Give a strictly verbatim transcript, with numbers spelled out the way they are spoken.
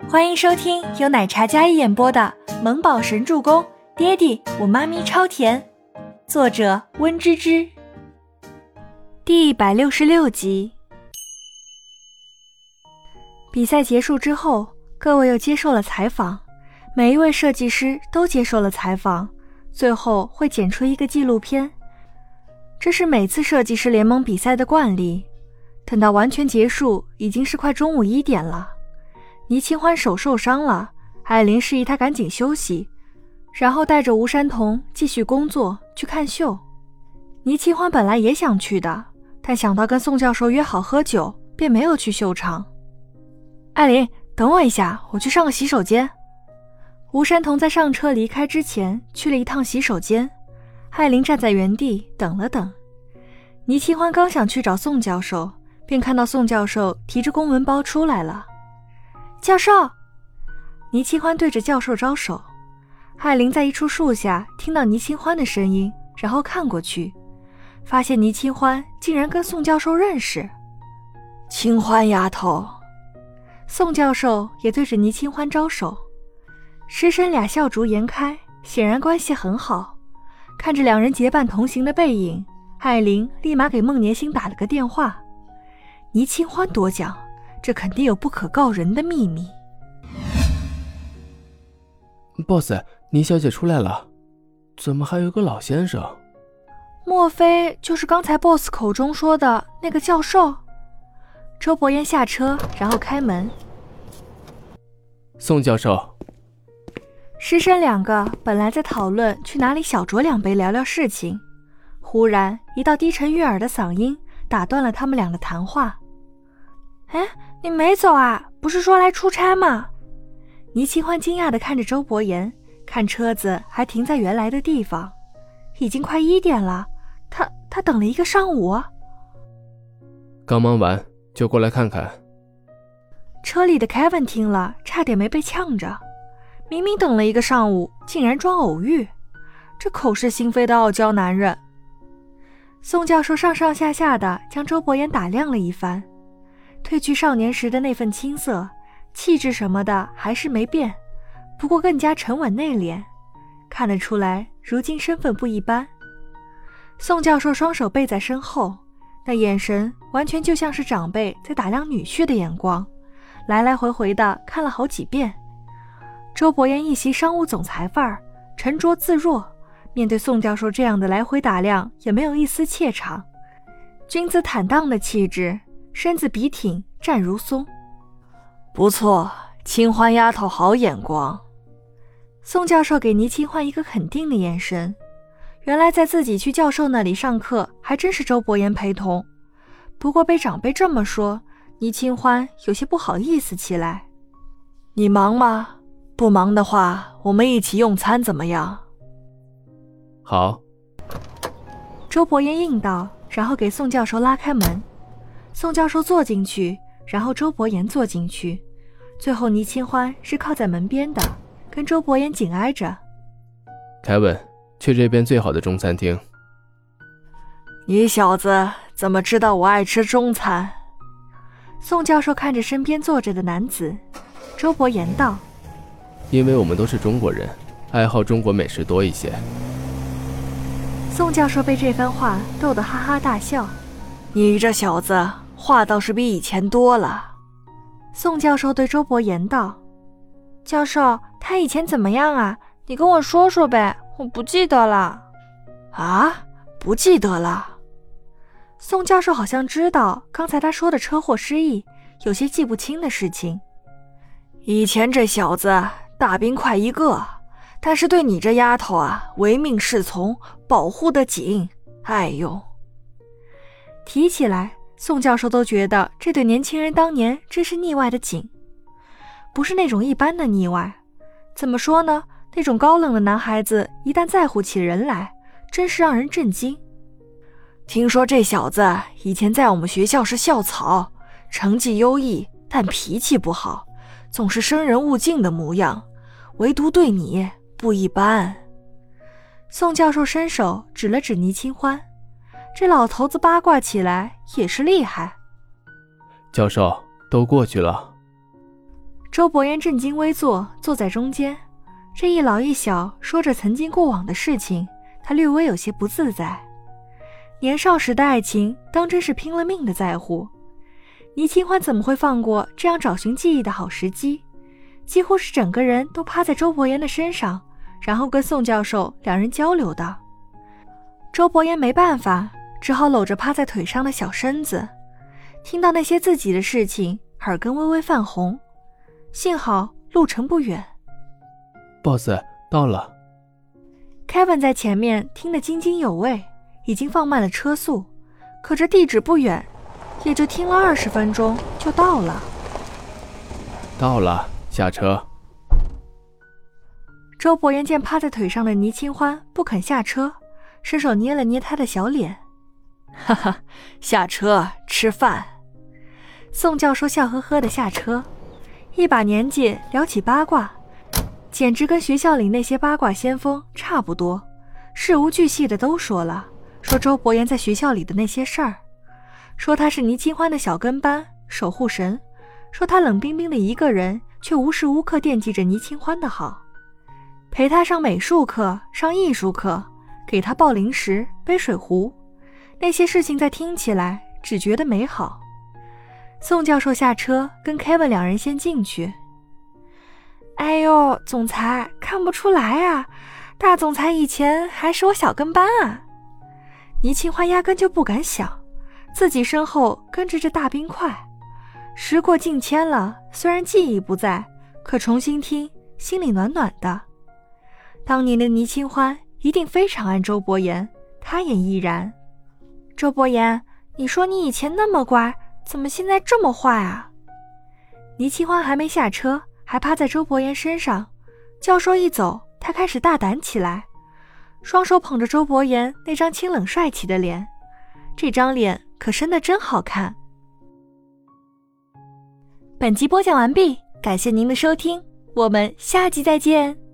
欢迎收听由奶茶嘉一演播的《萌宝神助攻》，爹地我妈咪超甜，作者温芝芝。第一百六十六集。比赛结束之后，各位又接受了采访，每一位设计师都接受了采访，最后会剪出一个纪录片。这是每次设计师联盟比赛的惯例。等到完全结束，已经是快中午一点了。倪清欢手受伤了，艾琳示意他赶紧休息，然后带着吴山童继续工作去看秀。倪清欢本来也想去的，但想到跟宋教授约好喝酒，便没有去秀场。艾琳，等我一下，我去上个洗手间。吴山童在上车离开之前去了一趟洗手间，艾琳站在原地等了等。倪清欢刚想去找宋教授，便看到宋教授提着公文包出来了。教授！倪清欢对着教授招手。艾琳在一处树下听到倪清欢的声音，然后看过去，发现倪清欢竟然跟宋教授认识。清欢丫头。宋教授也对着倪清欢招手。师生俩笑逐颜开，显然关系很好。看着两人结伴同行的背影，艾琳立马给孟年星打了个电话。倪清欢多讲，这肯定有不可告人的秘密。 boss， 倪小姐出来了，怎么还有个老先生？ 莫非就是刚才 boss 口中说的那个教授？周伯言下车，然后开门。 宋教授。 师生两个本来在讨论去哪里小酌两杯聊聊事情，忽然一道低沉悦耳的嗓音打断了他们俩的谈话。哎，你没走啊？不是说来出差吗？倪清欢惊讶地看着周伯言，看车子还停在原来的地方，已经快一点了，他他等了一个上午啊。 刚忙完就过来看看。 车里的 Kevin 听了差点没被呛着，明明等了一个上午，竟然装偶遇，这口是心非的傲娇男人。宋教授上上下下的将周伯言打量了一番，褪去少年时的那份青涩，气质什么的还是没变，不过更加沉稳内敛，看得出来如今身份不一般。宋教授双手背在身后，那眼神完全就像是长辈在打量女婿的眼光，来来回回的看了好几遍。周伯言一袭商务总裁范儿，沉着自若，面对宋教授这样的来回打量也没有一丝怯场，君子坦荡的气质，身子笔挺，站如松。不错，清欢丫头好眼光。宋教授给倪清欢一个肯定的眼神，原来在自己去教授那里上课还真是周伯言陪同，不过被长辈这么说，倪清欢有些不好意思起来。你忙吗？不忙的话，我们一起用餐怎么样？ 好。 周伯言应道，然后给宋教授拉开门。宋教授坐进去，然后周伯言坐进去，最后倪清欢是靠在门边的，跟周伯言紧挨着。 凯文，去这边最好的中餐厅。 你小子怎么知道我爱吃中餐？宋教授看着身边坐着的男子，周伯言道： 因为我们都是中国人，爱好中国美食多一些。 宋教授被这番话逗得哈哈大笑。你这小子话倒是比以前多了。宋教授对周伯言道：教授，他以前怎么样啊？你跟我说说呗，我不记得了。啊？不记得了？宋教授好像知道刚才他说的车祸失忆，有些记不清的事情。以前这小子大兵快一个，但是对你这丫头啊，唯命是从，保护得紧。哎呦，提起来，宋教授都觉得这对年轻人当年真是腻歪的紧，不是那种一般的腻歪。怎么说呢？那种高冷的男孩子一旦在乎起人来，真是让人震惊。听说这小子以前在我们学校是校草，成绩优异，但脾气不好，总是生人勿近的模样，唯独对你不一般。宋教授伸手指了指倪清欢，这老头子八卦起来也是厉害。 教授，都过去了。 周伯言正襟危坐，坐在中间，这一老一小说着曾经过往的事情，他略微有些不自在。年少时的爱情当真是拼了命的在乎，倪清欢怎么会放过这样找寻记忆的好时机？几乎是整个人都趴在周伯言的身上，然后跟宋教授两人交流的。周伯言没办法，只好搂着趴在腿上的小身子，听到那些自己的事情，耳根微微泛红。幸好路程不远。 boss 到了。 Kevin 在前面听得津津有味，已经放慢了车速，可这地址不远，也就听了二十分钟就到了。 到了，下车。 周伯言见趴在腿上的倪清欢不肯下车，伸手捏了捏他的小脸，哈哈，下车吃饭。宋教授笑呵呵地下车，一把年纪聊起八卦，简直跟学校里那些八卦先锋差不多，事无巨细的都说了，说周伯言在学校里的那些事儿，说他是倪清欢的小跟班守护神，说他冷冰冰的一个人，却无时无刻惦记着倪清欢的好，陪他上美术课，上艺术课，给他抱零食，背水壶，那些事情在听起来只觉得美好。宋教授下车跟 Kevin 两人先进去。哎呦，总裁看不出来啊，大总裁以前还是我小跟班啊。倪清欢压根就不敢想，自己身后跟着这大冰块。时过境迁了，虽然记忆不在，可重新听，心里暖暖的。当年的倪清欢一定非常爱周伯言，他也亦然。周伯言，你说你以前那么乖，怎么现在这么坏啊？倪清欢还没下车，还趴在周伯言身上。教授一走，他开始大胆起来，双手捧着周伯言那张清冷帅气的脸，这张脸可生得真好看。本集播讲完毕，感谢您的收听，我们下集再见。